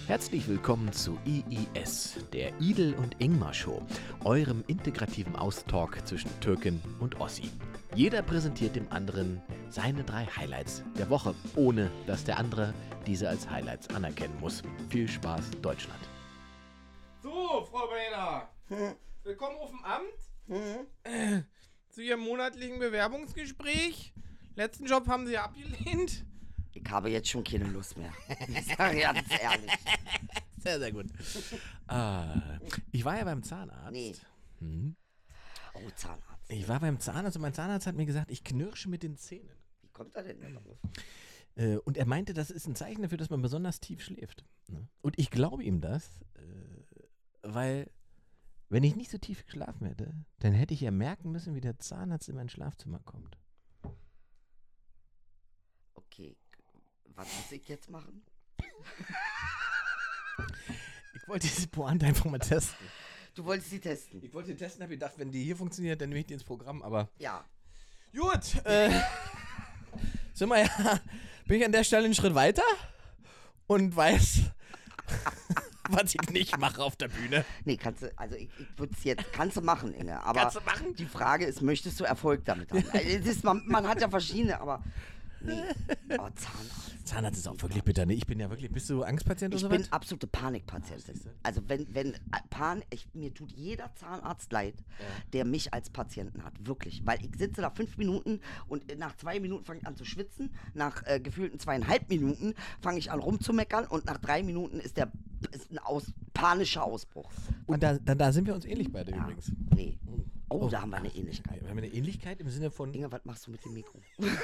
Herzlich willkommen zu IIS, der Idel und Ingmar Show, eurem integrativen Austalk zwischen Türkin und Ossi. Jeder präsentiert dem anderen seine 3 Highlights der Woche, ohne dass der andere diese als Highlights anerkennen muss. Viel Spaß, Deutschland. So, Frau Behner, willkommen auf dem Amt. Zu Ihrem monatlichen Bewerbungsgespräch. Letzten Job haben Sie abgelehnt. Ich habe jetzt schon keine Lust mehr. Ich sage ganz ehrlich. Sehr, sehr gut. Ich war ja beim Zahnarzt. Nee. Oh, Zahnarzt. Ich war beim Zahnarzt und mein Zahnarzt hat mir gesagt, ich knirsche mit den Zähnen. Wie kommt er denn da drauf? Und er meinte, das ist ein Zeichen dafür, dass man besonders tief schläft. Und ich glaube ihm das, weil wenn ich nicht so tief geschlafen hätte, dann hätte ich ja merken müssen, wie der Zahnarzt in mein Schlafzimmer kommt. Okay, was muss ich jetzt machen? Ich wollte diese Pointe einfach mal testen. Du wolltest sie testen? Ich wollte sie testen, habe gedacht, wenn die hier funktioniert, dann nehme ich die ins Programm, aber... Ja. Gut, sind wir ja, bin ich an der Stelle einen Schritt weiter und weiß, was ich nicht mache auf der Bühne. Nee, kannst du, also ich würde es jetzt, kannst du machen, Inge, aber Kannst du machen? Die Frage ist, möchtest du Erfolg damit haben? Es ist, man hat ja verschiedene, aber nee, oh, Zahnarzt. Zahnarzt ist auch wirklich bitter, ne? Ich bin ja wirklich, bist du Angstpatient oder so? Ich bin absolute Panikpatientin. Also wenn mir tut jeder Zahnarzt leid, der mich als Patienten hat, wirklich. Weil ich sitze da 5 Minuten und nach 2 Minuten fange ich an zu schwitzen, nach gefühlten 2,5 Minuten fange ich an rumzumeckern und nach 3 Minuten ist ein panischer Ausbruch. Und da sind wir uns ähnlich beide übrigens. Nee. Oh, da haben wir eine Ähnlichkeit. Wir haben eine Ähnlichkeit im Sinne von... Inge, was machst du mit dem Mikro?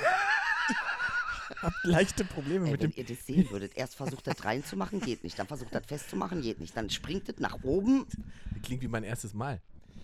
Habt leichte Probleme mit wenn dem... ihr das sehen würdet, erst versucht das reinzumachen, geht nicht. Dann versucht das festzumachen, geht nicht. Dann springt es nach oben. Klingt wie mein erstes Mal.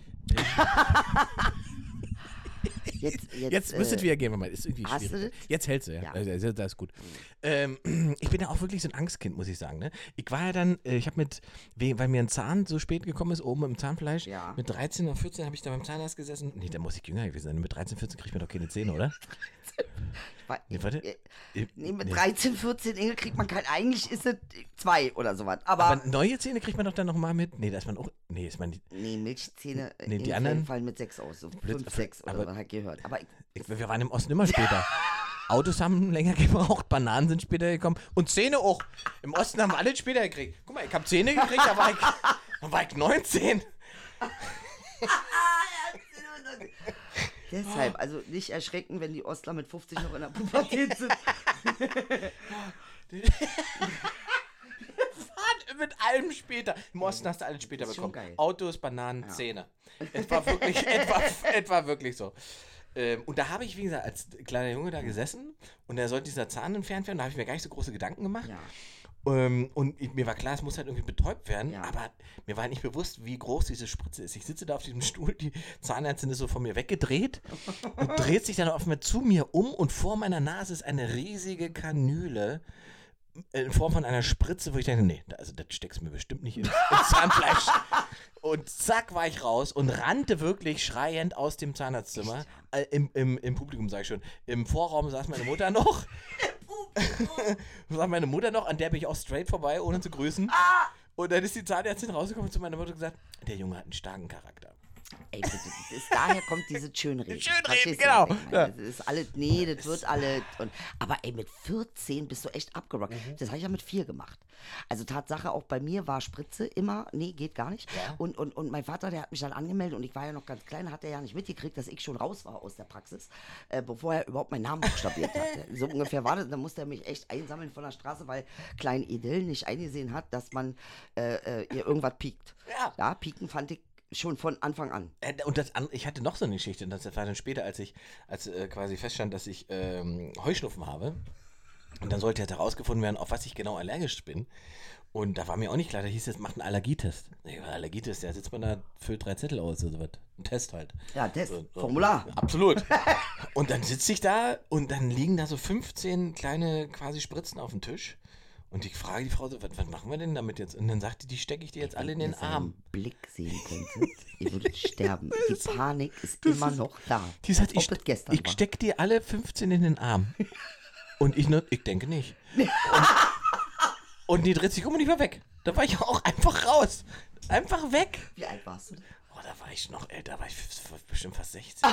Jetzt müsstet wir gehen, ist irgendwie hast schwierig. du das? Jetzt hältst du, ja. Ja. Also, das ist gut. Ich bin ja auch wirklich so ein Angstkind, muss ich sagen. Ne? Ich war ja dann, ich habe weil mir ein Zahn so spät gekommen ist, oben im Zahnfleisch, mit 13 oder 14 habe ich da beim Zahnarzt gesessen. Nee, da muss ich jünger gewesen sein. Mit 13, 14 kriegt man doch keine Zähne, oder? Nee, warte. Nee, mit 13, 14 Inge kriegt man kein, eigentlich ist es 2 oder sowas. Aber neue Zähne kriegt man doch dann nochmal mit? Nee, da ist man auch, nee, Milchzähne die anderen fallen mit 6 aus. So 5, 6 oder was halt gehört. Aber wir waren im Osten immer später. Autos haben länger gebraucht, Bananen sind später gekommen und Zähne auch. Im Osten haben wir alle später gekriegt. Guck mal, ich habe Zähne gekriegt, da war ich 19. Deshalb, also nicht erschrecken, wenn die Ostler mit 50 noch in der Pubertät sind. Wir fahren mit allem später. Im Osten hast du alles später bekommen. Geil. Autos, Bananen, Zähne. Es war wirklich so. Und da habe ich, wie gesagt, als kleiner Junge da gesessen und da sollte dieser Zahn entfernt werden. Da habe ich mir gar nicht so große Gedanken gemacht. Ja. Und mir war klar, es muss halt irgendwie betäubt werden, Ja. aber mir war nicht bewusst, wie groß diese Spritze ist. Ich sitze da auf diesem Stuhl, die Zahnärztin ist so von mir weggedreht und dreht sich dann auf einmal zu mir um und vor meiner Nase ist eine riesige Kanüle in Form von einer Spritze, wo ich dachte, nee, das steckst du mir bestimmt nicht ins Zahnfleisch. Und zack, war ich raus und rannte wirklich schreiend aus dem Zahnarztzimmer. Im Publikum, sag ich schon. Im Vorraum saß meine Mutter noch. An der bin ich auch straight vorbei, ohne zu grüßen. Und dann ist die Zahnärztin rausgekommen und zu meiner Mutter gesagt, der Junge hat einen starken Charakter. Ey, bitte, daher kommt dieses Schönreden. Schönreden, genau. Ja. Das ist alles, nee, das wird alles. Aber ey, mit 14 bist du echt abgerockt. Das habe ich ja mit 4 gemacht. Also Tatsache, auch bei mir war Spritze immer, nee, geht gar nicht. Ja. Und mein Vater, der hat mich dann angemeldet und ich war ja noch ganz klein, hat er ja nicht mitgekriegt, dass ich schon raus war aus der Praxis, bevor er überhaupt meinen Namen buchstabiert hatte. So ungefähr war das. Dann musste er mich echt einsammeln von der Straße, weil Klein Edel nicht eingesehen hat, dass man ihr irgendwas piekt. Ja, pieken fand ich schon von Anfang an. Und ich hatte noch so eine Geschichte, und das war dann später, als quasi feststand, dass ich Heuschnupfen habe. Und dann sollte jetzt herausgefunden werden, auf was ich genau allergisch bin. Und da war mir auch nicht klar, da hieß es, macht einen Allergietest. Allergietest, da sitzt man da, füllt 3 Zettel aus oder so was. Ein Test halt. Ja, Test, Formular. Absolut. Und dann sitze ich da und dann liegen da so 15 kleine quasi Spritzen auf dem Tisch. Und ich frage die Frau so, was machen wir denn damit jetzt? Und dann sagt die stecke ich dir jetzt alle in den Arm. Blick sehen könntet, ihr würdet sterben. Die Panik ist immer noch da. Die sagt, ich stecke dir alle 15 in den Arm. Und ich denke nicht. Und die dreht sich um und ich war weg. Da war ich auch einfach raus. Einfach weg. Wie alt warst du denn? Oh, da war ich noch älter, da war ich bestimmt fast 16.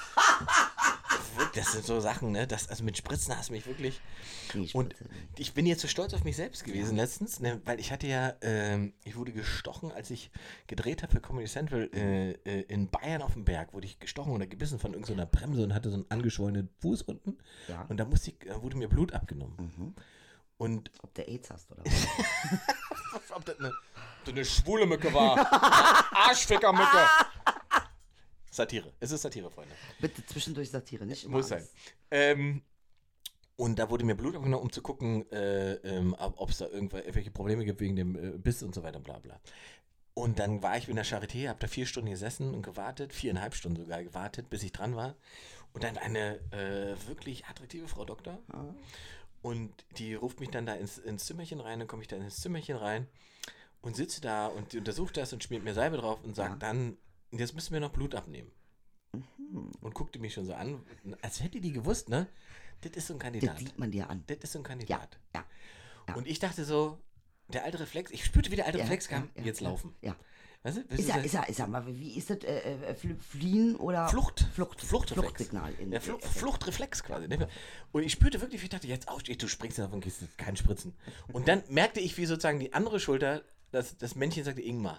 Das sind so Sachen, ne? Also mit Spritzen hast du mich wirklich... Nee, Und Spritze, nee. ich bin jetzt so stolz auf mich selbst gewesen letztens, ne? Weil ich hatte ja, ich wurde gestochen, als ich gedreht habe für Comedy Central in Bayern auf dem Berg, wurde ich gestochen oder gebissen von irgendeiner Bremse und hatte so einen angeschwollenen Fuß unten. Ja. Und da wurde mir Blut abgenommen. Und Ob du AIDS hast oder was? ob das eine schwule Mücke war. Arschficker-Mücke. Satire. Es ist Satire, Freunde. Bitte zwischendurch Satire, nicht immer Muss sein. alles. Und da wurde mir Blut abgenommen, um zu gucken, ob es da irgendwelche Probleme gibt wegen dem Biss und so weiter, bla bla. Und dann war ich in der Charité, habe da 4 Stunden gesessen und gewartet, 4,5 Stunden sogar gewartet, bis ich dran war. Und dann eine wirklich attraktive Frau Doktor. Und die ruft mich dann da ins Zimmerchen rein, dann komme ich da ins Zimmerchen rein und sitze da und die untersucht das und schmiert mir Salbe drauf und sagt dann, jetzt müssen wir noch Blut abnehmen. Und guckte mich schon so an, als hätte die gewusst, ne? Das ist so ein Kandidat. Das sieht man dir an. Das ist so ein Kandidat. Ja. Und ich dachte so, der alte Reflex, ich spürte, wie der alte Reflex kam, jetzt laufen. Ja. Weißt du? Ist er, mal, wie ist das, fliehen oder? Fluchtreflex. Fluchtsignal. Ja, Fluchtreflex quasi. Ne? Und ich spürte wirklich, wie ich dachte, jetzt du springst davon, kriegst du keinen Spritzen. Und dann merkte ich, wie sozusagen die andere Schulter, das Männchen sagte, Ingmar,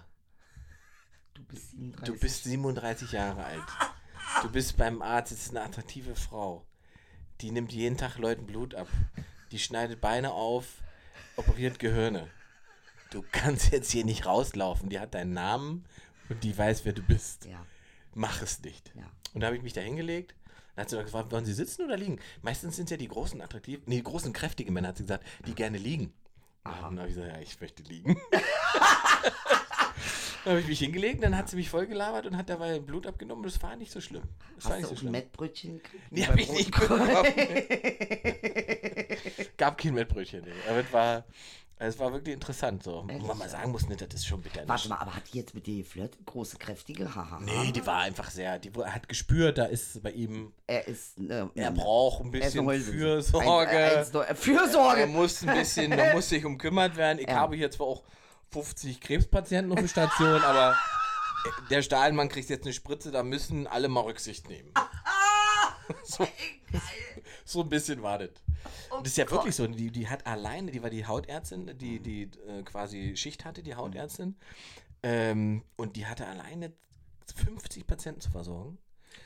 du bist 37 Jahre alt. Du bist beim Arzt, das ist eine attraktive Frau. Die nimmt jeden Tag Leuten Blut ab. Die schneidet Beine auf, operiert Gehirne. Du kannst jetzt hier nicht rauslaufen. Die hat deinen Namen und die weiß, wer du bist. Ja. Mach es nicht. Ja. Und da habe ich mich da hingelegt. Dann hat sie noch gefragt, wollen Sie sitzen oder liegen? Meistens sind es ja die großen, die großen, kräftigen Männer, hat sie gesagt, die gerne liegen. Und dann habe ich gesagt, ja, ich möchte liegen. Dann habe ich mich hingelegt, dann hat sie mich voll gelabert und hat dabei Blut abgenommen. Das war nicht so schlimm. Hast du auch ein Mettbrötchen gekriegt? Nee, habe ich nicht bekommen. Gab kein Mettbrötchen. Nee. Aber es war wirklich interessant. So. Wo man mal sagen muss, ne, das ist schon bitter. Warte mal, aber hat die jetzt mit dir geflirtet? Große, kräftige? Haha. Nee, die war einfach hat gespürt, da ist bei ihm, er braucht ein bisschen Fürsorge. Fürsorge! Er muss sich gekümmert werden. Ich habe hier zwar auch 50 Krebspatienten auf der Station, aber der Stahlmann kriegt jetzt eine Spritze, da müssen alle mal Rücksicht nehmen. So ein bisschen war das. Das ist ja wirklich so, die hat alleine, die war die Hautärztin, die quasi Schicht hatte, die Hautärztin, und die hatte alleine 50 Patienten zu versorgen.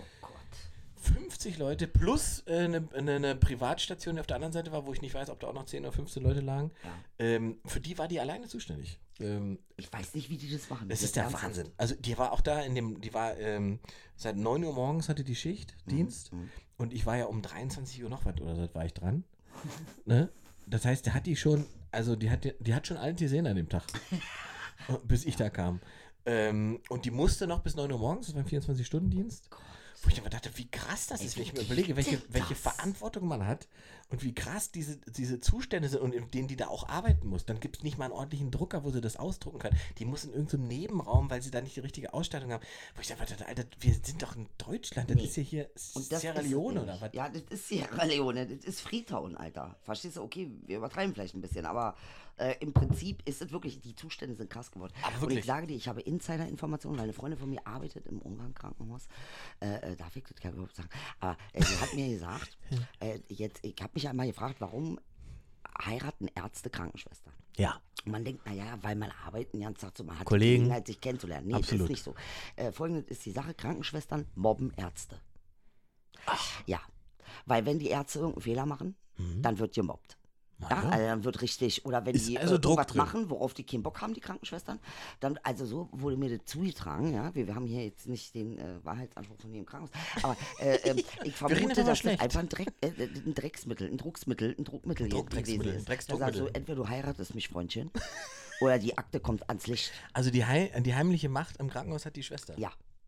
50 Leute plus eine Privatstation, die auf der anderen Seite war, wo ich nicht weiß, ob da auch noch 10 oder 15 Leute lagen. Ja. Für die war die alleine zuständig. Ich weiß nicht, wie die das machen. Das ist der Wahnsinn. Also die war auch da seit 9 Uhr morgens hatte die Schicht, Dienst. Und ich war ja um 23 Uhr noch was oder so, war ich dran. Ne? Das heißt, der hat die schon, also die hat schon alles gesehen an dem Tag. Bis ich da kam. Und die musste noch bis 9 Uhr morgens, das war ein 24-Stunden-Dienst. Wo ich einfach dachte, wie krass das ist, wenn ich mir überlege, welche Verantwortung man hat und wie krass diese Zustände sind und in denen die da auch arbeiten muss. Dann gibt es nicht mal einen ordentlichen Drucker, wo sie das ausdrucken kann. Die muss in irgendeinem Nebenraum, weil sie da nicht die richtige Ausstattung haben. Wo ich einfach dachte, Alter, wir sind doch in Deutschland, das ist ja hier Sierra Leone oder was? Ja, das ist Sierra Leone, das ist Freetown, Alter. Verstehst du? Okay, wir übertreiben vielleicht ein bisschen, aber im Prinzip ist es wirklich, die Zustände sind krass geworden. Und ich sage dir, ich habe Insider-Informationen, weil eine Freundin von mir arbeitet im Ungarn-Krankenhaus. Darf ich das überhaupt sagen? Aber sie hat mir gesagt, ich habe mich einmal gefragt, warum heiraten Ärzte Krankenschwestern? Ja. Und man denkt, naja, weil man arbeitet den ganzen Tag so, man hat Kollegen, die Gelegenheit, sich kennenzulernen. Nee, absolut. das ist nicht so. Folgendes ist die Sache, Krankenschwestern mobben Ärzte. Ach. Ja, weil wenn die Ärzte irgendeinen Fehler machen, dann wird gemobbt. Ja, also dann wird richtig, oder wenn die irgendwas machen, worauf die keinen Bock haben, die Krankenschwestern, dann, also so wurde mir das zugetragen, ja, wir haben hier jetzt nicht den Wahrheitsanspruch von jedem Krankenhaus, aber ich vermute, dass das einfach ein Drucksmittel gewesen ist. Also entweder du heiratest mich, Freundchen, oder die Akte kommt ans Licht. Also die heimliche Macht im Krankenhaus hat die Schwester? Ja.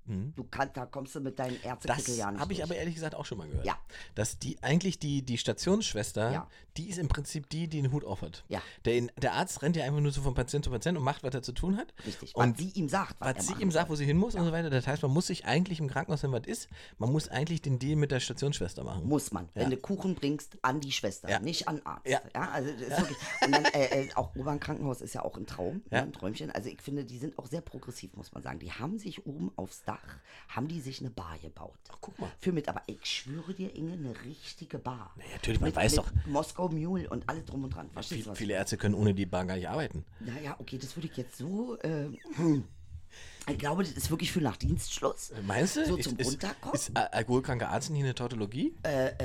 Da kommst du mit deinen Das Ärztekittel ja nicht habe ich durch. aber ehrlich gesagt auch schon mal gehört. Ja. Dass die Stationsschwester, Ja. die ist im Prinzip die den Hut auf hat. Ja. Der Arzt rennt ja einfach nur so von Patient zu Patient und macht, was er zu tun hat. Richtig. Und Was sie ihm sagt, was er sie machen ihm sagt, wo soll. sie hin muss und so weiter. Das heißt, man muss sich eigentlich im Krankenhaus, wenn was ist, man muss eigentlich den Deal mit der Stationsschwester machen. Muss man. Wenn du Kuchen bringst, an die Schwester, Ja. nicht an Arzt. Ja. Also das ist wirklich. Und dann auch Obernkrankenhaus ist ja auch ein Traum, Ja. ne, ein Träumchen. Also ich finde, die sind auch sehr progressiv, muss man sagen. Die haben sich oben aufs Dach, haben die sich eine Bar gebaut. Ach, guck mal. Aber ich schwöre dir, Inge, eine richtige Bar. Ja, natürlich, man mit, weiß mit doch. Moskau Mule und alles drum und dran. Verstehst du, was Viele Ärzte können ohne die Bar gar nicht arbeiten. Naja, okay, das würde ich jetzt so. Ich glaube, das ist wirklich für nach Dienstschluss. Meinst du? So zum Runterkommen? Ist alkoholkranker Arzt nicht eine Tautologie?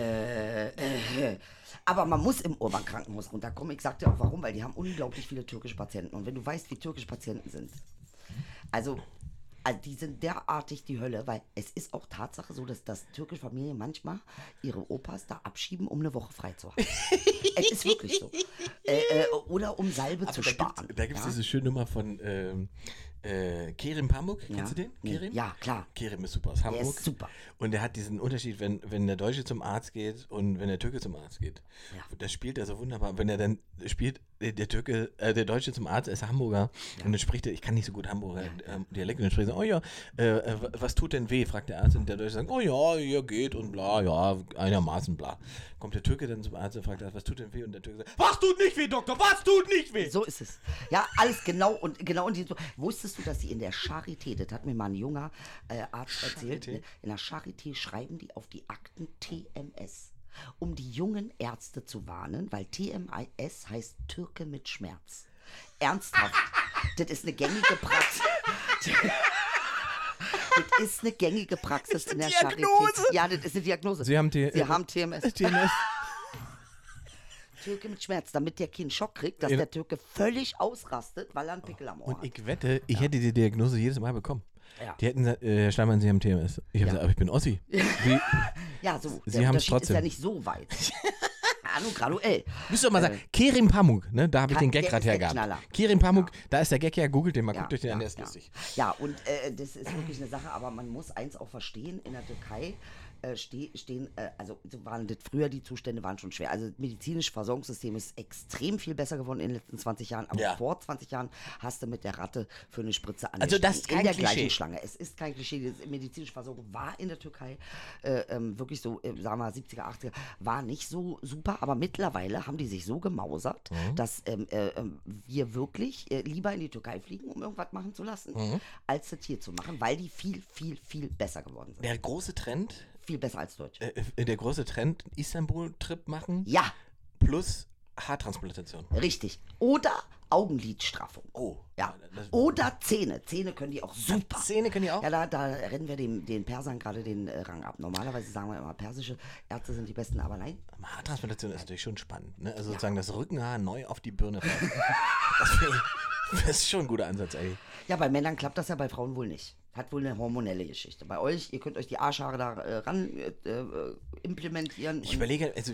Aber man muss im Urban-Krankenhaus runterkommen. Ich sag dir auch warum, weil die haben unglaublich viele türkische Patienten. Und wenn du weißt, wie türkische Patienten sind, also die sind derartig die Hölle, weil es ist auch Tatsache so, dass türkische Familien manchmal ihre Opas da abschieben, um eine Woche frei zu haben. Es ist wirklich so. Oder um Salbe zu sparen. Da gibt es diese schöne Nummer von Kerim Pamuk. Kennst du den? Kerim? Ja, klar. Kerim ist super aus Hamburg. ist super. Und der hat diesen Unterschied, wenn der Deutsche zum Arzt geht und wenn der Türke zum Arzt geht. Ja. Das spielt er so wunderbar. Wenn er dann spielt, der Deutsche zum Arzt ist Hamburger. Und dann spricht er, ich kann nicht so gut Hamburger Dialekt, und dann spricht er, oh ja, was tut denn weh, fragt der Arzt. Und der Deutsche sagt, oh ja, hier geht und bla, ja, einigermaßen bla. Kommt der Türke dann zum Arzt und fragt, was tut denn weh? Und der Türke sagt, was tut nicht weh, Doktor, was tut nicht weh? So ist es. Ja, alles genau und wusstest du, dass sie in der Charité, das hat mir mal ein junger Arzt erzählt, Charité? in der Charité schreiben die auf die Akten TMS, um die jungen Ärzte zu warnen, weil TMS heißt Türke mit Schmerz. Ernsthaft. Das ist eine gängige Praxis. Das ist eine gängige Praxis in der Diagnose. Charité. Ja, das ist eine Diagnose. Sie haben TMS. TMS. Türke mit Schmerz, damit der keinen Schock kriegt, dass Ja. der Türke völlig ausrastet, weil er einen Pickel am Ohr Und hat. ich wette, ich hätte die Diagnose jedes Mal bekommen. Ja. Die hätten gesagt, Herr Steinmann, Sie haben TMS. Ich habe gesagt, aber ich bin Ossi. Wie, Ja, so. Sie Der haben's Unterschied ist trotzdem. ja nicht so weit. Hallo, graduell. müsst ihr mal sagen, Kerim Pamuk, ne, da habe ich den Gag der gerade ist der hergehabt. Knaller. Kerim Pamuk, da ist der Gag her, googelt den mal, guckt euch den an, der ist ja. lustig. Ja, und das ist wirklich eine Sache, aber man muss eins auch verstehen, in der Türkei stehen, also so waren das früher, die Zustände waren schon schwer. Also das medizinische Versorgungssystem ist extrem viel besser geworden in den letzten 20 Jahren, aber Ja. vor 20 Jahren hast du mit der Ratte für eine Spritze Also das ist in kein der Klischee. gleichen Schlange. Es ist kein Klischee, die medizinische Versorgung war in der Türkei wirklich so, sagen wir mal 70er, 80er, war nicht so super, aber mittlerweile haben die sich so gemausert, dass wir wirklich lieber in die Türkei fliegen, um irgendwas machen zu lassen, als das hier zu machen, weil die viel, viel, viel besser geworden sind. Der große Trend, Viel besser als Deutsch. Istanbul-Trip machen Ja, plus Haartransplantation. richtig. Oder Augenlidstraffung. Oh. Ja. Das- Oder Zähne. Zähne können die auch super. Zähne können die auch? Ja, da rennen wir den Persern gerade den Rang ab. Normalerweise sagen wir immer, persische Ärzte sind die besten, aber nein. Aber Haartransplantation ist natürlich schon spannend. Ne? Also sozusagen das Rückenhaar neu auf die Birne fallen. Das ist schon ein guter Ansatz, ey. Ja, bei Männern klappt das ja, bei Frauen wohl nicht. Hat wohl eine hormonelle Geschichte. Bei euch, ihr könnt euch die Arschhaare da ran implementieren. Ich überlege halt,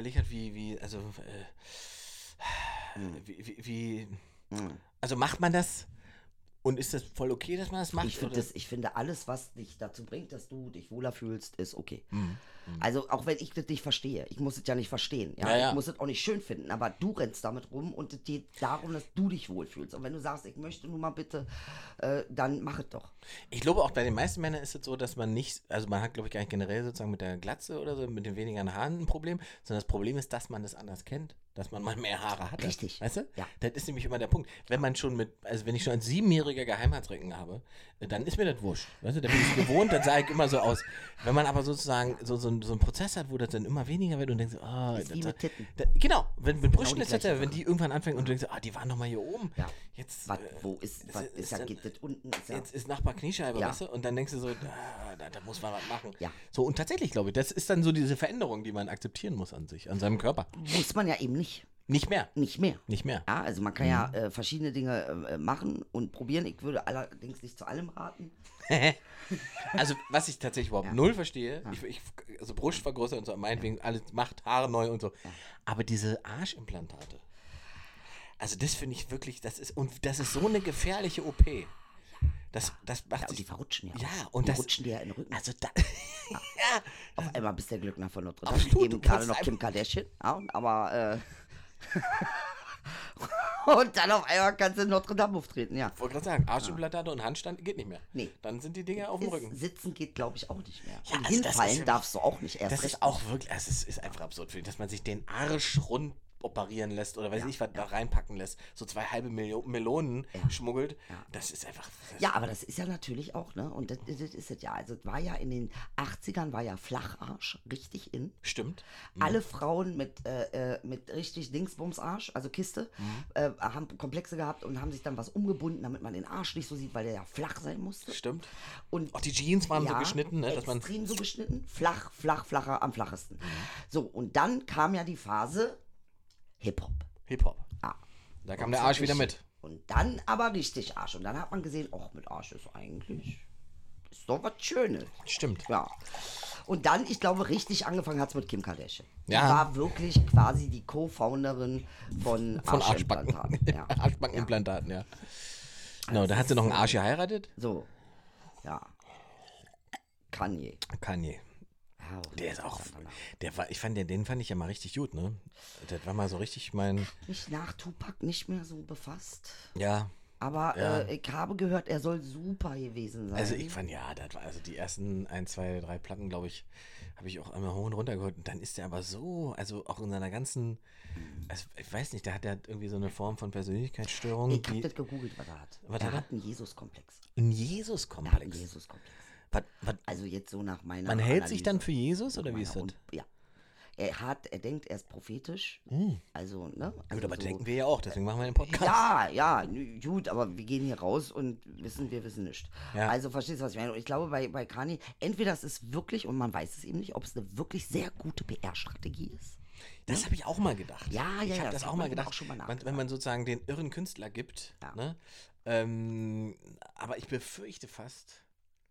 also macht man das und ist das voll okay, dass man das macht? Ich finde, alles, was dich dazu bringt, dass du dich wohler fühlst, ist okay. Also, auch wenn ich das nicht verstehe. Ich muss es ja nicht verstehen. Ja? Ja. Ich muss es auch nicht schön finden. Aber du rennst damit rum und es geht darum, dass du dich wohlfühlst. Und wenn du sagst, ich möchte nur mal bitte, dann mach es doch. Ich glaube, auch bei den meisten Männern ist es so, dass man nicht, also man hat, glaube ich, gar nicht generell sozusagen mit der Glatze oder so, mit den wenigen Haaren ein Problem, sondern das Problem ist, dass man das anders kennt, dass man mal mehr Haare hat. Richtig. Weißt du? Ja. Das ist nämlich immer der Punkt. Wenn man schon wenn ich schon als 7-jähriger Geheimratsrecken habe, dann ist mir das wurscht. Weißt du, dann bin ich gewohnt, dann sah ich immer so aus. Wenn man aber sozusagen so einen Prozess hat, wo das dann immer weniger wird und denkst, Ist wie mit Titten. genau, wenn Brüsten die etc., gleiche wenn die irgendwann anfangen und du denkst, die waren noch mal hier oben. Ja. Jetzt, Geht das unten? Ist ja, jetzt ist Nachbar Kniescheibe, Ja. weißt du? Und dann denkst du so, da muss man was machen. Ja. So, und tatsächlich, glaube ich, das ist dann so diese Veränderung, die man akzeptieren muss an sich, an seinem Körper. muss man ja eben nicht. Nicht mehr. Nicht mehr. Nicht mehr. Ja, also man kann ja verschiedene Dinge machen und probieren. Ich würde allerdings nicht zu allem raten. Also, was ich tatsächlich überhaupt null verstehe, also Brust vergrößern und so, meinetwegen alles macht, Haare neu und so. Aber diese Arschimplantate, also das finde ich wirklich, das ist so eine gefährliche OP. Das macht Ja, und sich... die verrutschen ja. Ja, und die das... rutschen dir ja in den Rücken. Also da... ja, Auf einmal bist der Glöckner von Notre Dame. Absolut, Eben du gerade putzt noch Kim einfach- Kardashian. Ja, aber und dann auf einmal kannst du in Notre Dame auftreten, ja. Ich wollte gerade sagen, Arschimplantate und Handstand geht nicht mehr. Nee. Dann sind die Dinger auf dem Rücken. Sitzen geht, glaube ich, auch nicht mehr. Ja, Und also das hinfallen ist- darfst du auch nicht erst Das recht. ist auch wirklich, also es ist einfach absurd, finde ich, dass man sich den Arsch rund operieren lässt oder weiß ich was da reinpacken lässt, so 2 halbe Melonen schmuggelt. Ja. Das ist einfach... Ja, aber das ist ja natürlich auch, ne? Und das ist es ja. Also es war ja in den 80ern war ja Flacharsch richtig in. Stimmt. Alle Frauen mit richtig Dingsbumsarsch, also Kiste, haben Komplexe gehabt und haben sich dann was umgebunden, damit man den Arsch nicht so sieht, weil der ja flach sein musste. Stimmt. Und Auch die Jeans waren so geschnitten, ne? Dass man... extrem so geschnitten, flacher, am flachesten. So, und dann kam ja die Phase Hip-Hop. Hip-Hop. Ah. Da kam der Arsch wieder mit. Und dann aber richtig Arsch. Und dann hat man gesehen, ach, mit Arsch ist doch was Schönes. Stimmt. Ja. Und dann, ich glaube, richtig angefangen hat es mit Kim Kardashian. Die Ja. war wirklich quasi die Co-Founderin von Von Arschbacken. Arschimplantaten. Ja. Arschbackenimplantaten, ja. Genau, da hat sie noch einen Arsch geheiratet. So. Ja. Kanye. Kanye. Ja, Der ist auch... Den fand ich ja mal richtig gut, ne? Das war mal so richtig mein... Mich nach Tupac nicht mehr so befasst. Ja, Aber Ja. ich habe gehört, er soll super gewesen sein. also ich fand, ja, das war also die ersten 1, 2, 3 Platten, glaube ich, habe ich auch einmal hoch und runter gehört. Und dann ist der aber so, also auch in seiner ganzen, also ich weiß nicht, da hat er irgendwie so eine Form von Persönlichkeitsstörung. ich habe das gegoogelt, was er hat. Was Er hat er? hat einen Jesus-Komplex. Ein Er hat einen Jesus-Komplex. Jesus-Komplex. Was, Also jetzt so nach meiner man hält sich Analyse. dann für Jesus oder wie ist das? Und, ja. Er denkt, er ist prophetisch. Also, ne? Gut, Also aber so, denken wir ja auch, deswegen machen wir den Podcast. Ja, gut, aber wir gehen hier raus und wir wissen nicht. Ja. Also verstehst du, was ich meine? Und ich glaube, bei Kanye, entweder es ist wirklich, und man weiß es eben nicht, ob es eine wirklich sehr gute PR-Strategie ist. Das habe ich auch mal gedacht. Ja, ich ja, habe das das hat auch mal man gedacht, auch schon mal wenn nachgedacht. man sozusagen den irren Künstler gibt. Ja. Ne? Aber ich befürchte fast,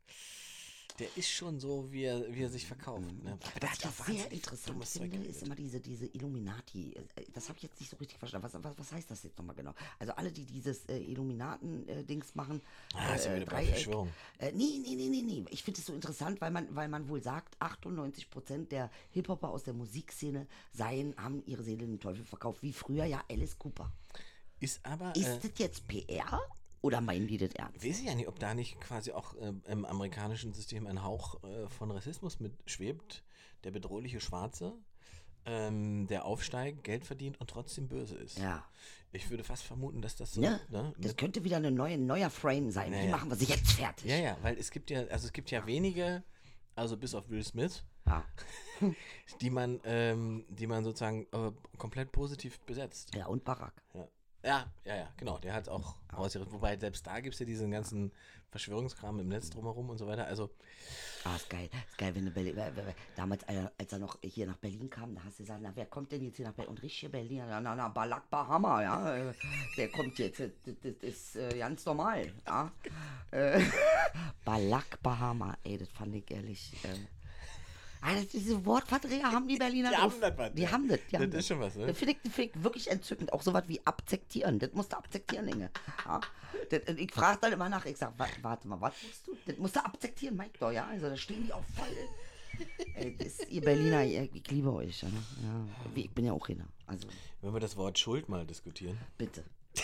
der ist schon so, wie er sich verkauft. Ne? Aber der Was hat ja ich sehr wahnsinnig interessant dummes Zeug finde, ist geredet. immer diese Illuminati. Das habe ich jetzt nicht so richtig verstanden. Was heißt das jetzt nochmal genau? Also alle, die dieses Illuminaten-Dings machen. Ist ja wieder bei Dreieck. Verschwörung. Nee. Ich finde es so interessant, weil man wohl sagt, 98% der Hip-Hopper aus der Musikszene haben ihre Seele dem Teufel verkauft, wie früher ja Alice Cooper. Ist aber... Ist das jetzt PR oder meinen die das ernst? Weiß ich ja nicht, ob da nicht quasi auch im amerikanischen System ein Hauch von Rassismus mitschwebt. Der bedrohliche Schwarze, der aufsteigt, Geld verdient und trotzdem böse ist. Ja. Ich würde fast vermuten, dass das so... Ne? Ne, Das mit- könnte wieder ein neuer Frame sein. Wie ja. machen wir sie jetzt fertig? ja, weil es gibt ja wenige, also bis auf Will Smith, Ja. die man sozusagen komplett positiv besetzt. Ja, und Barack. Ja, genau. Der hat auch ausgerichtet. Wobei selbst da gibt es ja diesen ganzen Verschwörungskram im Netz drumherum und so weiter. Also, Ist geil, wenn du damals, als er noch hier nach Berlin kam, da hast du gesagt, na, wer kommt denn jetzt hier nach Berlin? Und richtige Berliner, na, Balak Bahama, ja, der kommt jetzt, das ist ganz normal, ja. Balak Bahama, ey, das fand ich ehrlich, diese Wortverträge haben die Berliner Die drauf. haben das was, Die ja. haben das. Das ist schon was, ne? Das finde ich wirklich entzückend. Auch sowas wie akzeptieren. Das musst du akzeptieren, Inge. Ja? Ich frage dann immer nach. Ich sage, warte mal, was musst du? Das musst du akzeptieren, Mike. Doch, ja, also da stehen die auch voll. Ey, ihr Berliner, ich liebe euch. Ja? Ja. Ich bin ja auch hin. Also, wenn wir das Wort Schuld mal diskutieren. bitte.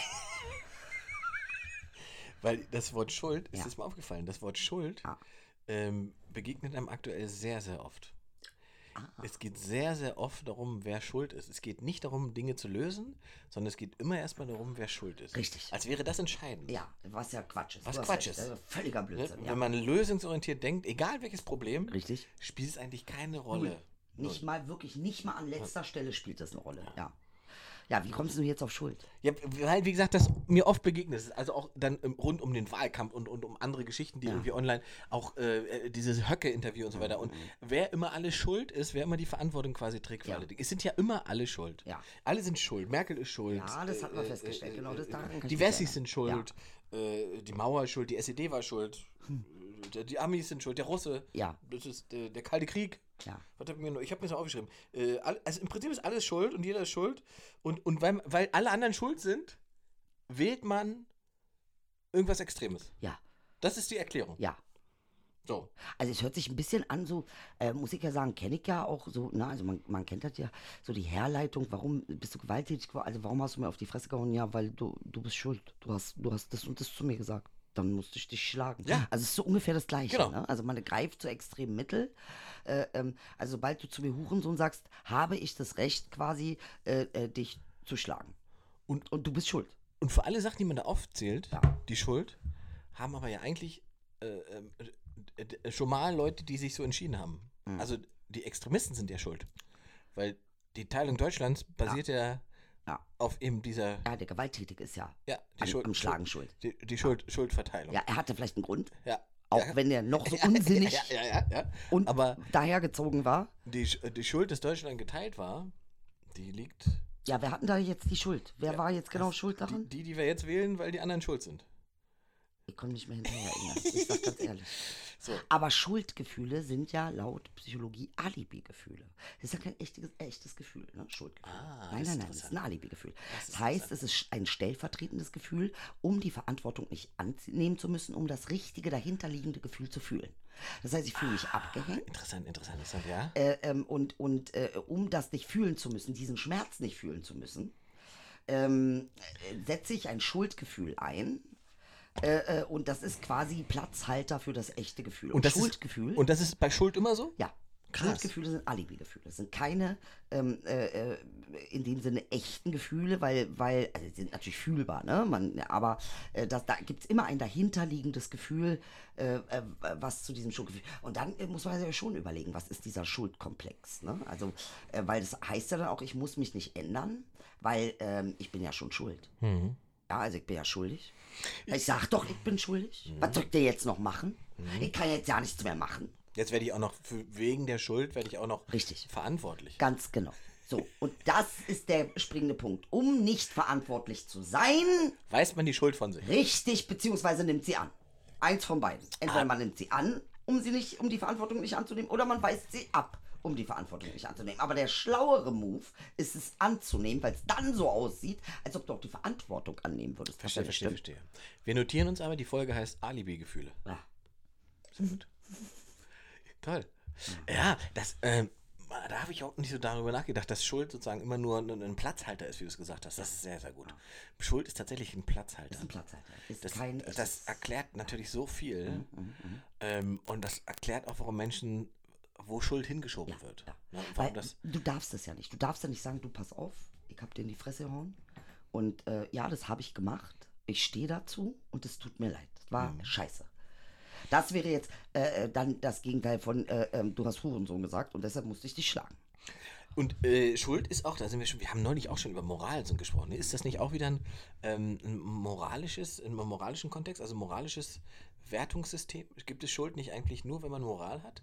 Weil das Wort Schuld, ist Ja. das mal aufgefallen, das Wort Schuld Ah. begegnet einem aktuell sehr, sehr oft. Ah. Es geht sehr, sehr oft darum, wer schuld ist. Es geht nicht darum, Dinge zu lösen, sondern es geht immer erstmal darum, wer schuld ist. Richtig. Als wäre das entscheidend. Ja, was ja Quatsch ist. Was Du hast Quatsch recht. ist. Also völliger Ne? Blödsinn. Ja. Wenn man lösungsorientiert denkt, egal welches Problem, Richtig. spielt es eigentlich keine Rolle. Nicht mal an letzter Stelle spielt das eine Rolle. Ja. Ja, wie kommst du jetzt auf Schuld? Ja, weil, wie gesagt, das mir oft begegnet ist. Also auch dann rund um den Wahlkampf und um andere Geschichten, die irgendwie online, auch dieses Höcke-Interview und so weiter. Und wer immer alles schuld ist, wer immer die Verantwortung quasi trägt für Ja. alle Dinge. Es sind ja immer alle schuld. Ja. Alle sind schuld. Merkel ist schuld. Ja, das hat man festgestellt. Genau, das daran kann ich Die mich Wessis erinnern. sind schuld. Die Mauer ist schuld. Die SED war schuld. Die Amis sind schuld. Der Russe. Ja. Das ist der Kalte Krieg. Ja. Ich habe mir so aufgeschrieben. Also im Prinzip ist alles schuld und jeder ist schuld. Und weil alle anderen schuld sind, wählt man irgendwas Extremes. Ja. Das ist die Erklärung. Ja. So. Also es hört sich ein bisschen an, so, muss ich ja sagen, kenne ich ja auch so, ne, also man kennt das ja, so die Herleitung, warum bist du gewalttätig geworden, also warum hast du mir auf die Fresse gehauen? Ja, weil du bist schuld, du hast das und das zu mir gesagt, dann musste ich dich schlagen. Ja. Also es ist so ungefähr das Gleiche, Genau. ne? Also man greift zu extremen Mitteln, also sobald du zu mir Hurensohn sagst, habe ich das Recht quasi, dich zu schlagen. Und- Und du bist schuld. Und für alle Sachen, die man da aufzählt, Ja. die Schuld, haben aber ja eigentlich schon mal Leute, die sich so entschieden haben. Also die Extremisten sind ja schuld. Weil die Teilung Deutschlands basiert ja, Ja. auf eben dieser, Ja, der Gewalttätige ist ja die am Schlagen schuld. Die Schuldverteilung. Ja, er hatte vielleicht einen Grund, Ja. auch wenn er noch so unsinnig Ja. und Aber dahergezogen war. die Schuld, dass Deutschland geteilt war, die liegt. Ja, wer hat denn da jetzt die Schuld? Wer war jetzt genau schuld daran? Die wir jetzt wählen, weil die anderen schuld sind. Ich komme nicht mehr hinterher, Ignaz. Ich sag ganz ehrlich. So. Aber Schuldgefühle sind ja laut Psychologie Alibi-Gefühle. Das ist ja kein echtes Gefühl, ne? Schuldgefühl. Ah, nein, das ist das ist interessant. ein Alibi-Gefühl. Das ist Das heißt, es ist ein stellvertretendes Gefühl, um die Verantwortung nicht annehmen zu müssen, um das richtige dahinterliegende Gefühl zu fühlen. Das heißt, ich fühle mich abgehängt. Interessant, ja. Um das nicht fühlen zu müssen, diesen Schmerz nicht fühlen zu müssen, setze ich ein Schuldgefühl ein. Und das ist quasi Platzhalter für das echte Gefühl. Und das Schuldgefühl. Und das ist bei Schuld immer so? Ja. Krass. Schuldgefühle sind Alibi-Gefühle. Das sind keine in dem Sinne echten Gefühle, weil also sie sind natürlich fühlbar, ne? Aber da gibt es immer ein dahinterliegendes Gefühl, was zu diesem Schuldgefühl. Und dann muss man ja schon überlegen, was ist dieser Schuldkomplex, ne? Also, weil das heißt ja dann auch, ich muss mich nicht ändern, weil ich bin ja schon schuld. Ja, also ich bin ja schuldig. Ich sag doch, ich bin schuldig. Was soll ich denn jetzt noch machen? Ich kann jetzt ja nichts mehr machen. Jetzt werde ich auch noch, wegen der Schuld, werde ich auch noch Richtig. verantwortlich. Ganz genau. So, und das ist der springende Punkt. Um nicht verantwortlich zu sein, Weiß man die Schuld von sich? richtig, beziehungsweise nimmt sie an. Eins von beiden. Entweder man nimmt sie an, um die Verantwortung nicht anzunehmen, oder man weist sie ab, um die Verantwortung nicht anzunehmen. Aber der schlauere Move ist es anzunehmen, weil es dann so aussieht, als ob du auch die Verantwortung annehmen würdest. was ja nicht stimmt. Verstehe. Wir notieren uns aber, die Folge heißt Alibi-Gefühle. Ja. Sehr gut. Toll. Ja, da habe ich auch nicht so darüber nachgedacht, dass Schuld sozusagen immer nur ein Platzhalter ist, wie du es gesagt hast. Das ist sehr, sehr gut. Schuld ist tatsächlich ein Platzhalter. Das ist ein Platzhalter. Ist Das, kein das erklärt natürlich so viel. Und das erklärt auch, warum Menschen, wo Schuld hingeschoben wird. Ja. Ne, und warum Weil du darfst das ja nicht. Du darfst ja nicht sagen, du pass auf, ich hab dir in die Fresse gehauen. Und ja, das habe ich gemacht. Ich stehe dazu und es tut mir leid. Das war scheiße. Das wäre jetzt dann das Gegenteil von, du hast Hurensohn gesagt und deshalb musste ich dich schlagen. Und Schuld ist auch, da sind wir haben neulich auch schon über Moral so gesprochen. Ist das nicht auch wieder ein moralischen Kontext, also moralisches Wertungssystem? Gibt es Schuld nicht eigentlich nur, wenn man Moral hat?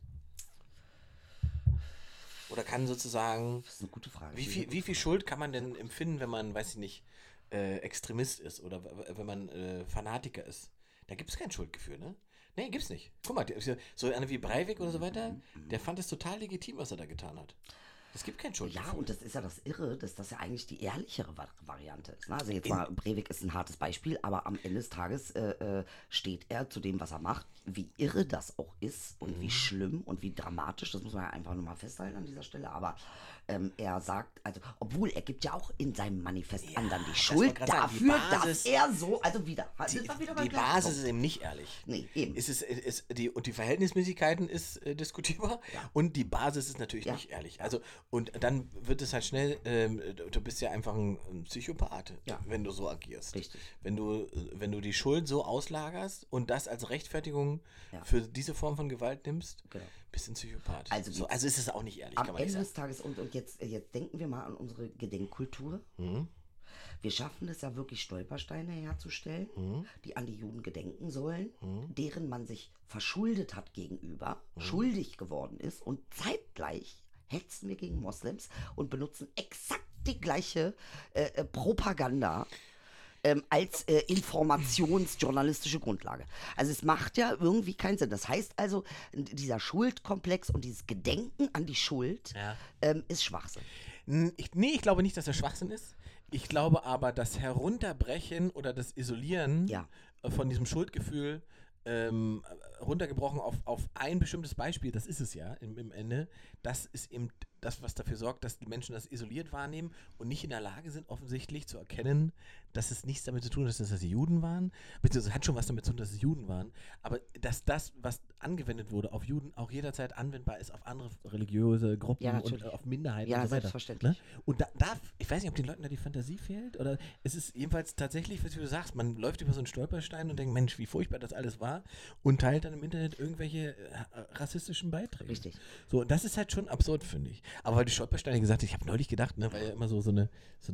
Oder kann sozusagen, Das ist eine gute Frage. wie viel Schuld kann man denn empfinden, wenn man, weiß ich nicht, Extremist ist oder wenn man Fanatiker ist? Da gibt es kein Schuldgefühl, ne? Nee, gibt's nicht. Guck mal, so einer wie Breivik oder so weiter, der fand es total legitim, was er da getan hat. Es gibt kein Schuldgefühl. Ja, und das ist ja das Irre, dass das ja eigentlich die ehrlichere Variante ist. Ne? Also jetzt mal, Breivik ist ein hartes Beispiel, aber am Ende des Tages steht er zu dem, was er macht. Wie irre das auch ist und wie schlimm und wie dramatisch, das muss man ja einfach nur mal festhalten an dieser Stelle. Aber er sagt, also, obwohl er gibt ja auch in seinem Manifest an dann die Schuld wollte gerade sagen, die dafür, Basis- dass er so, also wieder, Die, war wieder beim die gleichen Basis Punkt. ist eben nicht ehrlich. Nee, eben. Und die Verhältnismäßigkeiten ist diskutierbar und die Basis ist natürlich Ja. nicht ehrlich. Also, und dann wird es halt schnell, du bist ja einfach ein Psychopath, Ja. wenn du so agierst. Richtig. Wenn du die Schuld so auslagerst und das als Rechtfertigung Ja. für diese Form von Gewalt nimmst, Genau. bist du ein Psychopath. Also Also ist es auch nicht ehrlich, Am kann man nicht Ende sagen. des Tages, und jetzt denken wir mal an unsere Gedenkkultur. Wir schaffen es ja wirklich, Stolpersteine herzustellen, die an die Juden gedenken sollen, deren man sich verschuldet hat gegenüber, schuldig geworden ist und zeitgleich hetzen wir gegen Moslems und benutzen exakt die gleiche Propaganda als informationsjournalistische Grundlage. Also es macht ja irgendwie keinen Sinn. Das heißt also, dieser Schuldkomplex und dieses Gedenken an die Schuld Ja. ist Schwachsinn. Ich glaube nicht, dass das Schwachsinn ist. Ich glaube aber, das Herunterbrechen oder das Isolieren Ja. von diesem Schuldgefühl runtergebrochen auf ein bestimmtes Beispiel, das ist es ja im Ende, das ist eben das, was dafür sorgt, dass die Menschen das isoliert wahrnehmen und nicht in der Lage sind, offensichtlich zu erkennen, dass es nichts damit zu tun hat, dass das Juden waren, beziehungsweise hat schon was damit zu tun, dass es Juden waren, aber dass das, was angewendet wurde auf Juden, auch jederzeit anwendbar ist auf andere religiöse Gruppen und auf Minderheiten und so weiter. Selbstverständlich. Ne? Und ich weiß nicht, ob den Leuten da die Fantasie fehlt oder es ist jedenfalls tatsächlich, was du sagst, man läuft über so einen Stolperstein und denkt, Mensch, wie furchtbar das alles war und teilt dann im Internet irgendwelche rassistischen Beiträge. Richtig. So, und das ist halt schon absurd, finde ich. Aber weil du Stolpersteine gesagt hast, ich habe neulich gedacht, ne, weil ja immer so eine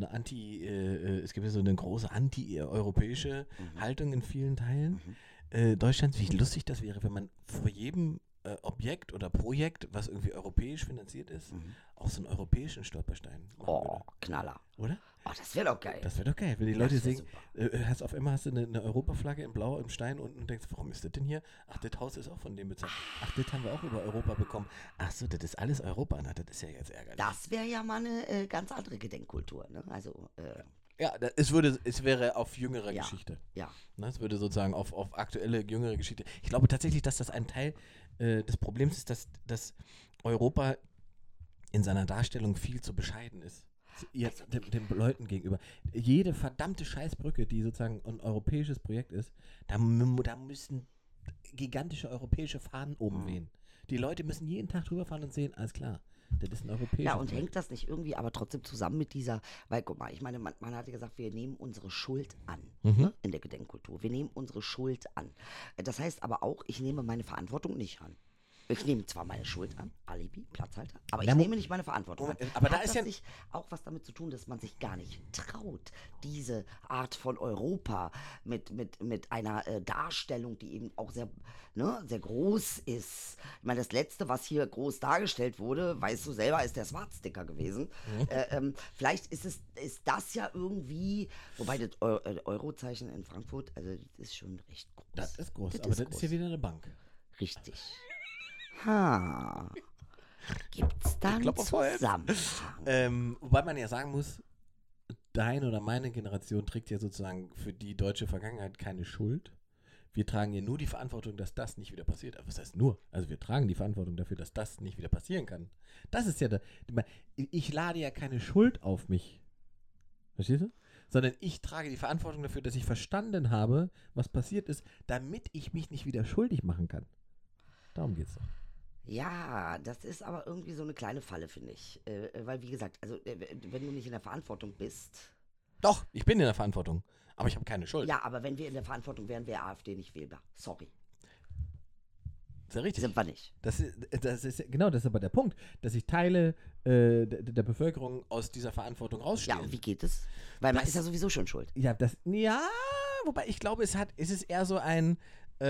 es gibt ja so eine große anti-europäische Haltung in vielen Teilen Deutschlands. Wie lustig das wäre, wenn man vor jedem Objekt oder Projekt, was irgendwie europäisch finanziert ist, auch so einen europäischen Stolperstein machen würde. Knaller. Oder? Oh, das wäre doch geil. Das wäre doch geil, wenn die Leute sehen, auf einmal hast du eine Europaflagge in Blau im Stein unten und denkst, warum ist das denn hier? Ach, das Haus ist auch von dem bezahlt. Ach, das haben wir auch über Europa bekommen. Ach so, das ist alles Europa. Na, das ist ja jetzt ärgerlich. Das wäre ja mal eine ganz andere Gedenkkultur. Ne? Also, ja, es wäre auf jüngere Ja. Geschichte. ja. Ne, es würde sozusagen auf aktuelle, jüngere Geschichte. Ich glaube tatsächlich, dass das ein Teil des Problems ist, dass Europa in seiner Darstellung viel zu bescheiden ist. Den Leuten gegenüber. Jede verdammte Scheißbrücke, die sozusagen ein europäisches Projekt ist, da müssen gigantische europäische Fahnen oben wehen. Die Leute müssen jeden Tag drüber fahren und sehen, alles klar, das ist ein europäisches Ja, und Projekt. hängt das nicht irgendwie aber trotzdem zusammen mit dieser, weil guck mal, ich meine, man hat ja gesagt, wir nehmen unsere Schuld an ne, in der Gedenkkultur. Wir nehmen unsere Schuld an. Das heißt aber auch, ich nehme meine Verantwortung nicht an. Ich nehme zwar meine Schuld an, Alibi, Platzhalter, aber ich nehme nicht meine Verantwortung an. Aber da Hat ist das ja nicht auch was damit zu tun, dass man sich gar nicht traut, diese Art von Europa mit einer Darstellung, die eben auch sehr, sehr groß ist. Ich meine, das Letzte, was hier groß dargestellt wurde, weißt du selber, ist der Smart-Sticker gewesen. Vielleicht ist das ja irgendwie, wobei das Eurozeichen in Frankfurt, also das ist schon recht groß. Das ist groß, aber das ist hier wieder eine Bank. Richtig. Gibt's da einen klopfe auf Holz. Zusammenhang? Wobei man ja sagen muss, deine oder meine Generation trägt ja sozusagen für die deutsche Vergangenheit keine Schuld. Wir tragen ja nur die Verantwortung, dass das nicht wieder passiert. Aber was heißt nur? Also wir tragen die Verantwortung dafür, dass das nicht wieder passieren kann. Das ist ja ich lade ja keine Schuld auf mich. Verstehst du? Sondern ich trage die Verantwortung dafür, dass ich verstanden habe, was passiert ist, damit ich mich nicht wieder schuldig machen kann. Darum geht's doch. Ja, das ist aber irgendwie so eine kleine Falle, finde ich. Weil, wie gesagt, also wenn du nicht in der Verantwortung bist. Doch, ich bin in der Verantwortung. Aber ich habe keine Schuld. Ja, aber wenn wir in der Verantwortung wären, wäre AfD nicht wählbar. Sorry. Ist ja richtig. Sind wir nicht. Das ist aber der Punkt, dass sich Teile der Bevölkerung aus dieser Verantwortung Ja, rausstehen. und wie geht es? Weil man ist ja sowieso schon schuld. Ja, wobei ich glaube, es ist eher so ein,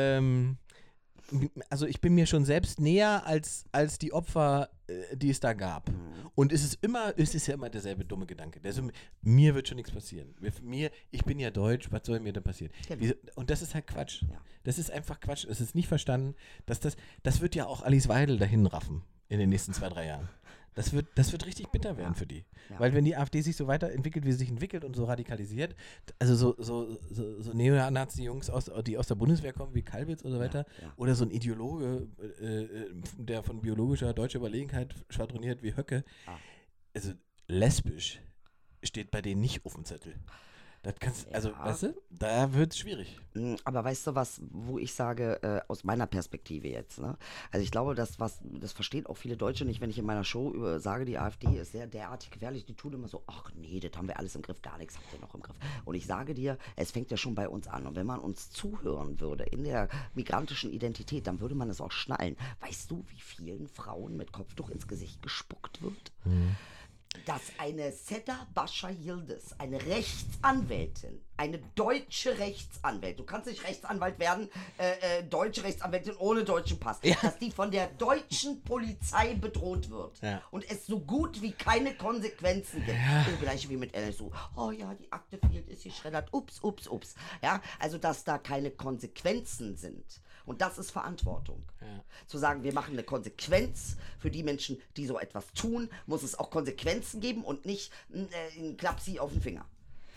also ich bin mir schon selbst näher als die Opfer, die es da gab. Und es ist ja immer derselbe dumme Gedanke. Mir wird schon nichts passieren. Ich bin ja deutsch, was soll mir denn passieren? Genau. Und das ist halt Quatsch. Ja. Das ist einfach Quatsch. Es ist nicht verstanden, dass das wird ja auch Alice Weidel dahin raffen in den nächsten 2-3 Jahren. Das wird richtig bitter werden für die. Ja. Weil wenn die AfD sich so weiterentwickelt, wie sie sich entwickelt und so radikalisiert, also so Neonazi-Jungs, die aus der Bundeswehr kommen, wie Kalbitz und so weiter, ja. oder so ein Ideologe, der von biologischer deutscher Überlegenheit schwadroniert wie Höcke, also lesbisch steht bei denen nicht auf dem Zettel. Das weißt du, da wird es schwierig. Aber weißt du was, wo ich sage, aus meiner Perspektive jetzt, ne? Also ich glaube, das verstehen auch viele Deutsche nicht, wenn ich in meiner Show sage, die AfD ist sehr derartig gefährlich, die tun immer so, ach nee, das haben wir alles im Griff, gar nichts habt ihr noch im Griff. Und ich sage dir, es fängt ja schon bei uns an. Und wenn man uns zuhören würde in der migrantischen Identität, dann würde man es auch schnallen. Weißt du, wie vielen Frauen mit Kopftuch ins Gesicht gespuckt wird? Dass eine Seda Bascha Yildiz, eine Rechtsanwältin, eine deutsche Rechtsanwältin, du kannst nicht Rechtsanwalt werden, deutsche Rechtsanwältin ohne deutschen Pass, dass die von der deutschen Polizei bedroht wird und es so gut wie keine Konsequenzen gibt. Das gleiche wie mit NSU. Oh ja, die Akte fehlt, ist geschreddert, ups. Ja, also dass da keine Konsequenzen sind. Und das ist Verantwortung. Ja. Zu sagen, wir machen eine Konsequenz für die Menschen, die so etwas tun, muss es auch Konsequenzen geben und nicht ein Klapsi auf den Finger.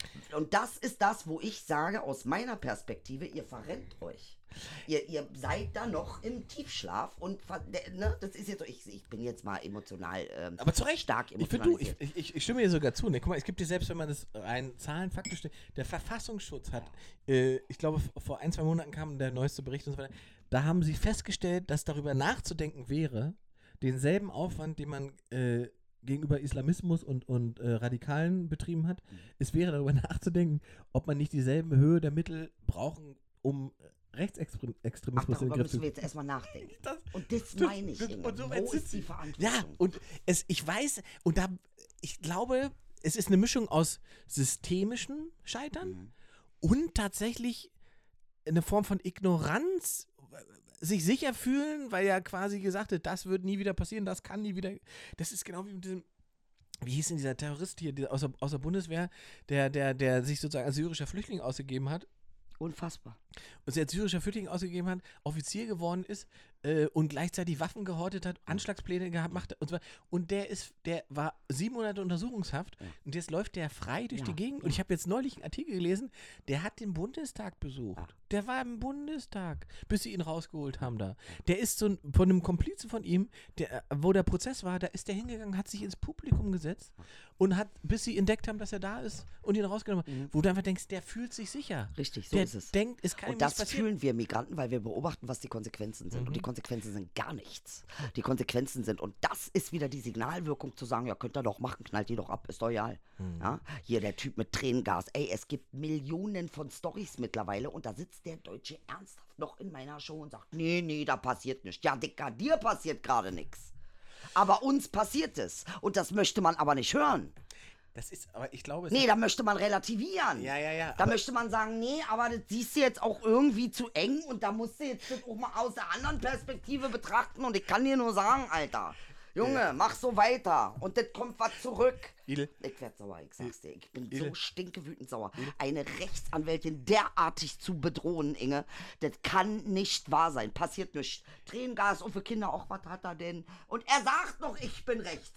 Und das ist das, wo ich sage, aus meiner Perspektive, ihr verrennt euch. Ihr seid da noch im Tiefschlaf und ne, das ist jetzt so, ich bin jetzt mal emotional Aber zu Recht. stark Ich emotionalisiert. ich stimme dir sogar zu. Ne? Guck mal, es gibt dir selbst, wenn man das rein Zahlen, Fakten stellt, der Verfassungsschutz hat, ich glaube, vor 1-2 Monaten kam der neueste Bericht und so weiter, da haben sie festgestellt, dass darüber nachzudenken wäre, denselben Aufwand, den man gegenüber Islamismus und Radikalen betrieben hat, es wäre darüber nachzudenken, ob man nicht dieselbe Höhe der Mittel brauchen, um Rechtsextremismus in den Darüber Griff zu müssen wir jetzt erstmal nachdenken. Das- Und das meine ich, Inge. und so Wo weit sind ist die sie. Verantwortung? Ja, und ich weiß, und da, ich glaube, es ist eine Mischung aus systemischen Scheitern und tatsächlich eine Form von Ignoranz, sich sicher fühlen, weil ja quasi gesagt wird, das wird nie wieder passieren, das kann nie wieder, das ist genau wie mit diesem, wie hieß denn dieser Terrorist hier aus der Bundeswehr, der sich sozusagen als syrischer Flüchtling ausgegeben hat, Unfassbar. und sich als syrischer Flüchtling ausgegeben hat, Offizier geworden ist und gleichzeitig Waffen gehortet hat, Anschlagspläne gemacht hat und so weiter. Und der war 7 Monate Untersuchungshaft und jetzt läuft der frei durch die Gegend. Und ich habe jetzt neulich einen Artikel gelesen, der hat den Bundestag besucht. Der war im Bundestag, bis sie ihn rausgeholt haben da. Der ist so von einem Komplizen von ihm, wo der Prozess war, da ist der hingegangen, hat sich ins Publikum gesetzt und hat, bis sie entdeckt haben, dass er da ist und ihn rausgenommen haben. Wo du einfach denkst, der fühlt sich sicher. Richtig, so der ist es. denkt, es kann ihm Und nichts das passieren. fühlen wir Migranten, weil wir beobachten, was die Konsequenzen sind. Und die Konsequenzen sind gar nichts. Die Konsequenzen sind, und das ist wieder die Signalwirkung zu sagen, ja, könnt ihr doch machen, knallt die doch ab, ist doch egal. Ja? Hier der Typ mit Tränengas. Ey, es gibt Millionen von Storys mittlerweile und da sitzt der Deutsche ernsthaft noch in meiner Show und sagt, nee, da passiert nichts. Ja, Dicker, dir passiert gerade nichts. Aber uns passiert es. Und das möchte man aber nicht hören. Das ist, aber ich glaube, Nee, da möchte man relativieren. Ja. Da möchte man sagen, nee, aber das siehst du jetzt auch irgendwie zu eng und da musst du jetzt das auch mal aus der anderen Perspektive betrachten und ich kann dir nur sagen, Alter, Junge, mach so weiter und das kommt was zurück. Idel. Ich werd sauer, ich sag's dir. Ich bin so stinkewütend sauer. Eine Rechtsanwältin derartig zu bedrohen, Inge, das kann nicht wahr sein. Passiert nichts. Tränengas und für Kinder, auch was hat er denn? Und er sagt noch, ich bin rechts.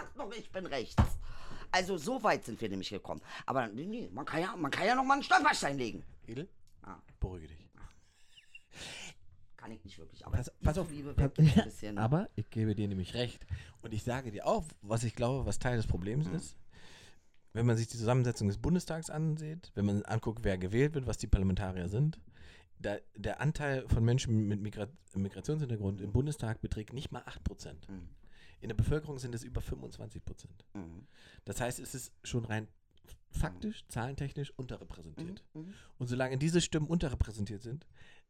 Also so weit sind wir nämlich gekommen. Aber nee, man kann ja noch mal einen Stolperstein legen. Edel, beruhige dich. Kann ich nicht wirklich. Aber Pass auf. Liebe weg ein bisschen. Aber ich gebe dir nämlich recht. Und ich sage dir auch, was ich glaube, was Teil des Problems ist. Wenn man sich die Zusammensetzung des Bundestags ansieht, wenn man anguckt, wer gewählt wird, was die Parlamentarier sind, der Anteil von Menschen mit Migrationshintergrund im Bundestag beträgt nicht mal 8%. In der Bevölkerung sind es über 25%. Das heißt, es ist schon rein faktisch, zahlentechnisch unterrepräsentiert. Und solange diese Stimmen unterrepräsentiert sind,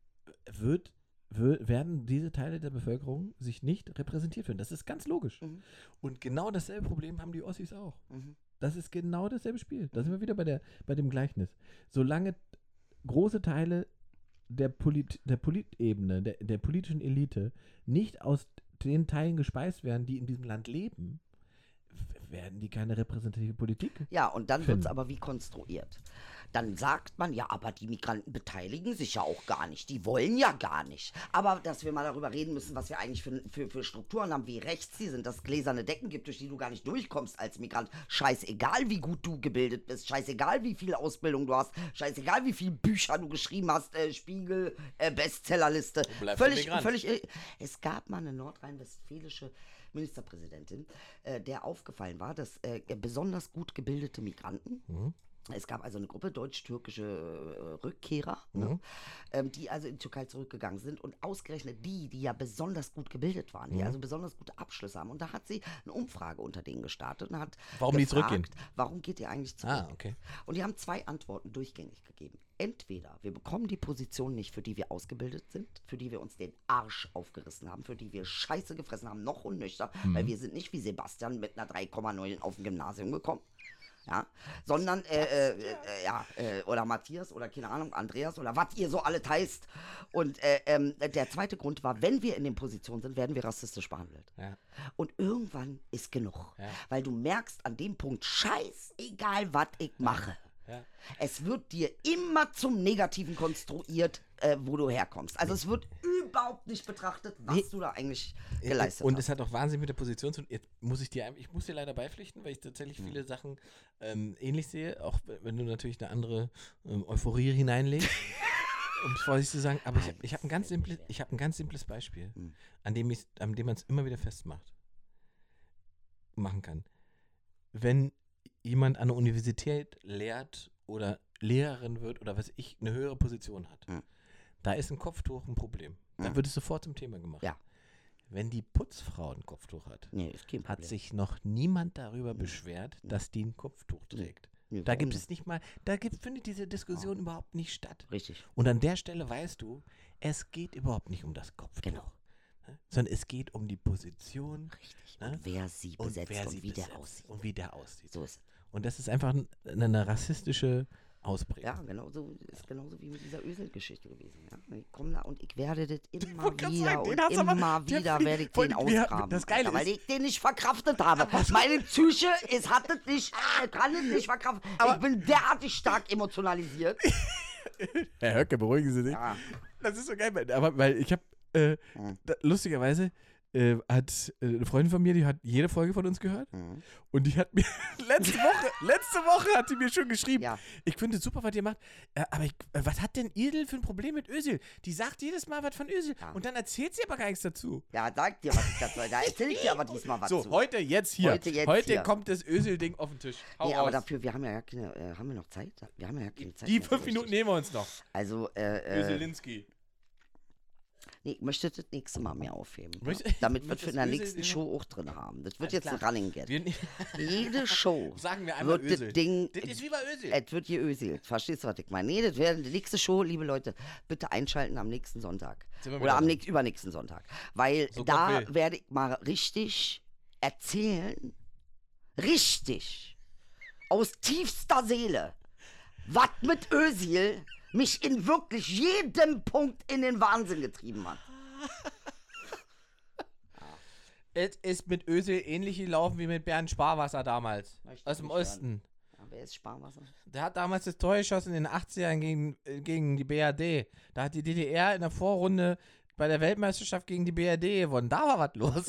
werden diese Teile der Bevölkerung sich nicht repräsentiert fühlen. Das ist ganz logisch. Und genau dasselbe Problem haben die Ossis auch. Das ist genau dasselbe Spiel. Da sind wir wieder bei dem Gleichnis. Solange große Teile der Politebene, der politischen Elite nicht aus den Teilen gespeist werden, die in diesem Land leben, werden die keine repräsentative Politik. Ja, und dann wird es aber wie konstruiert. Dann sagt man, ja, aber die Migranten beteiligen sich ja auch gar nicht. Die wollen ja gar nicht. Aber dass wir mal darüber reden müssen, was wir eigentlich für Strukturen haben, wie rechts sie sind, dass es gläserne Decken gibt, durch die du gar nicht durchkommst als Migrant. Scheißegal, wie gut du gebildet bist. Scheißegal, wie viel Ausbildung du hast. Scheißegal, wie viele Bücher du geschrieben hast. Spiegel, Bestsellerliste. Völlig. Es gab mal eine nordrhein-westfälische Ministerpräsidentin, der aufgefallen war, dass besonders gut gebildete Migranten, es gab also eine Gruppe deutsch-türkische Rückkehrer, die also in die Türkei zurückgegangen sind und ausgerechnet die ja besonders gut gebildet waren, die also besonders gute Abschlüsse haben. Und da hat sie eine Umfrage unter denen gestartet und hat Warum die zurückgehen? Warum geht ihr eigentlich zurück? Okay. Und die haben 2 Antworten durchgängig gegeben. Entweder wir bekommen die Position nicht, für die wir ausgebildet sind, für die wir uns den Arsch aufgerissen haben, für die wir Scheiße gefressen haben, noch unnüchtern, weil wir sind nicht wie Sebastian mit einer 3,9 auf dem Gymnasium gekommen. Ja, sondern, oder Matthias oder keine Ahnung, Andreas oder was ihr so alle heißt. Und der zweite Grund war, wenn wir in den Positionen sind, werden wir rassistisch behandelt. Ja. Und irgendwann ist genug. Ja. Weil du merkst an dem Punkt, scheißegal, was ich mache. Ja. Es wird dir immer zum Negativen konstruiert, wo du herkommst. Also es wird überhaupt nicht betrachtet, was du da eigentlich geleistet Und hast. es hat auch wahnsinnig mit der Position zu tun. Jetzt muss ich dir leider beipflichten, weil ich tatsächlich viele Sachen ähnlich sehe, auch wenn du natürlich eine andere Euphorie hineinlegst. Um es vorsichtig zu sagen, aber ich habe ein ganz simples Beispiel, an dem man es immer wieder machen kann. Wenn jemand an der Universität lehrt oder Lehrerin wird oder was ich, eine höhere Position hat, da ist ein Kopftuch ein Problem. Da wird es sofort zum Thema gemacht. Ja. Wenn die Putzfrau ein Kopftuch hat, Ist kein hat Problem. sich noch niemand darüber beschwert, dass die ein Kopftuch trägt. Nee, Da warum gibt nicht? es nicht mal, findet diese Diskussion überhaupt nicht statt. Richtig. Und an der Stelle weißt du, es geht überhaupt nicht um das Kopftuch, Genau. ne? Sondern es geht um die Position. Richtig. Ne? Und wer sie besetzt und wie der aussieht. Und wie der aussieht. So ist es. Und das ist einfach eine rassistische Ausprägung. Ja, genauso wie mit dieser Ösel-Geschichte gewesen. Ja? Ich komme da und ich werde das immer wollte grad wieder sagen, und den hat's aber- immer der wieder Fried- werde ich voll- den wir- ausgraben. das Geile Alter, weil ist- ich den nicht verkraftet habe. Meine Psyche hat es nicht, kann es nicht verkraften. Ich bin derartig stark emotionalisiert. Herr Höcke, beruhigen Sie sich. Ja. Das ist so geil, weil ich habe, lustigerweise, hat eine Freundin von mir, die hat jede Folge von uns gehört und die hat mir letzte Woche hat die mir schon geschrieben, Ja. ich finde es super, was ihr macht, aber was hat denn Idel für ein Problem mit Özil? Die sagt jedes Mal was von Özil und dann erzählt sie aber gar nichts dazu. Ja, sag dir, was ich dazu. Da erzähl ich dir aber diesmal was So, zu. heute hier. Heute hier. kommt das Özil-Ding auf den Tisch. Hau Nee, raus. aber dafür, wir haben ja keine, haben wir noch Zeit? Wir haben ja keine Zeit. Die mehr, 5 so Minuten richtig. nehmen wir uns noch. Also, Özilinski. nee, ich möchte das nächste Mal mehr aufheben. Möcht- Ja? Damit wir möchtest für in der Özil nächsten immer- Show auch drin haben. Das wird Alles jetzt klar. ein Running Gag. Wir, Jede Show sagen wir einmal wird Özil. das Ding. Das ist wie bei Özil. Es wird hier Ösil. Verstehst du, was ich meine? Nee, das wäre die nächste Show, liebe Leute. Bitte einschalten am nächsten Sonntag. Sind wir Oder wieder am da. übernächsten Sonntag. Weil So Gott da will. werde ich mal richtig erzählen. Richtig. Aus tiefster Seele. Was mit Özil mich in wirklich jedem Punkt in den Wahnsinn getrieben hat. Es ist mit Özil ähnlich gelaufen wie mit Bernd Sparwasser damals. Möchte Aus dem nicht hören. Osten. Ja, wer ist Sparwasser? Der hat damals das Tor geschossen in den 80ern gegen die BRD. Da hat die DDR in der Vorrunde bei der Weltmeisterschaft gegen die BRD gewonnen. Da war was los.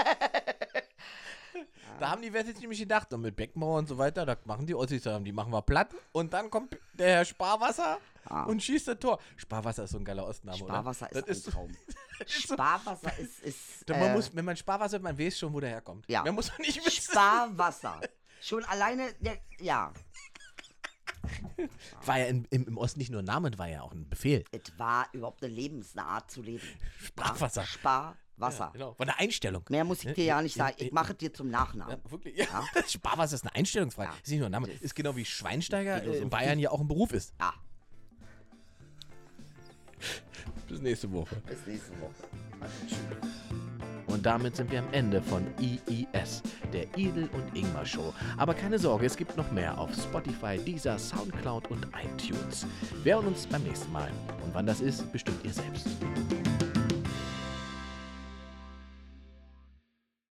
Da haben die West jetzt nämlich gedacht, und mit Beckenbauer und so weiter, da machen die Ossis, die machen wir platt. Und dann kommt der Herr Sparwasser und schießt das Tor. Sparwasser ist so ein geiler Ostname, Sparwasser oder? ist ein Traum. Sparwasser ist Man muss, wenn man Sparwasser, man weiß schon, wo der herkommt. Ja. Man muss nicht wissen. Sparwasser. Schon alleine, ja. War ja im Osten nicht nur ein Name, das war ja auch ein Befehl. Es war überhaupt eine Lebensart zu leben. Sparwasser. Sparwasser. Ja, genau. War eine Einstellung. Mehr muss ich dir ja nicht sagen. Ich mache es dir zum Nachnamen. Ja, wirklich. Ja. Sparwasser ist eine Einstellungsfrage. Ja. Ist nicht nur ein Name. Ist genau wie Schweinsteiger Philosophie. in Bayern ja auch ein Beruf ist. Ja, Bis nächste Woche. bis nächste Woche. Und damit sind wir am Ende von IIS, der Idel und Ingmar Show. Aber keine Sorge, es gibt noch mehr auf Spotify, Deezer, Soundcloud und iTunes. Wir hören uns beim nächsten Mal. Und wann das ist, bestimmt ihr selbst.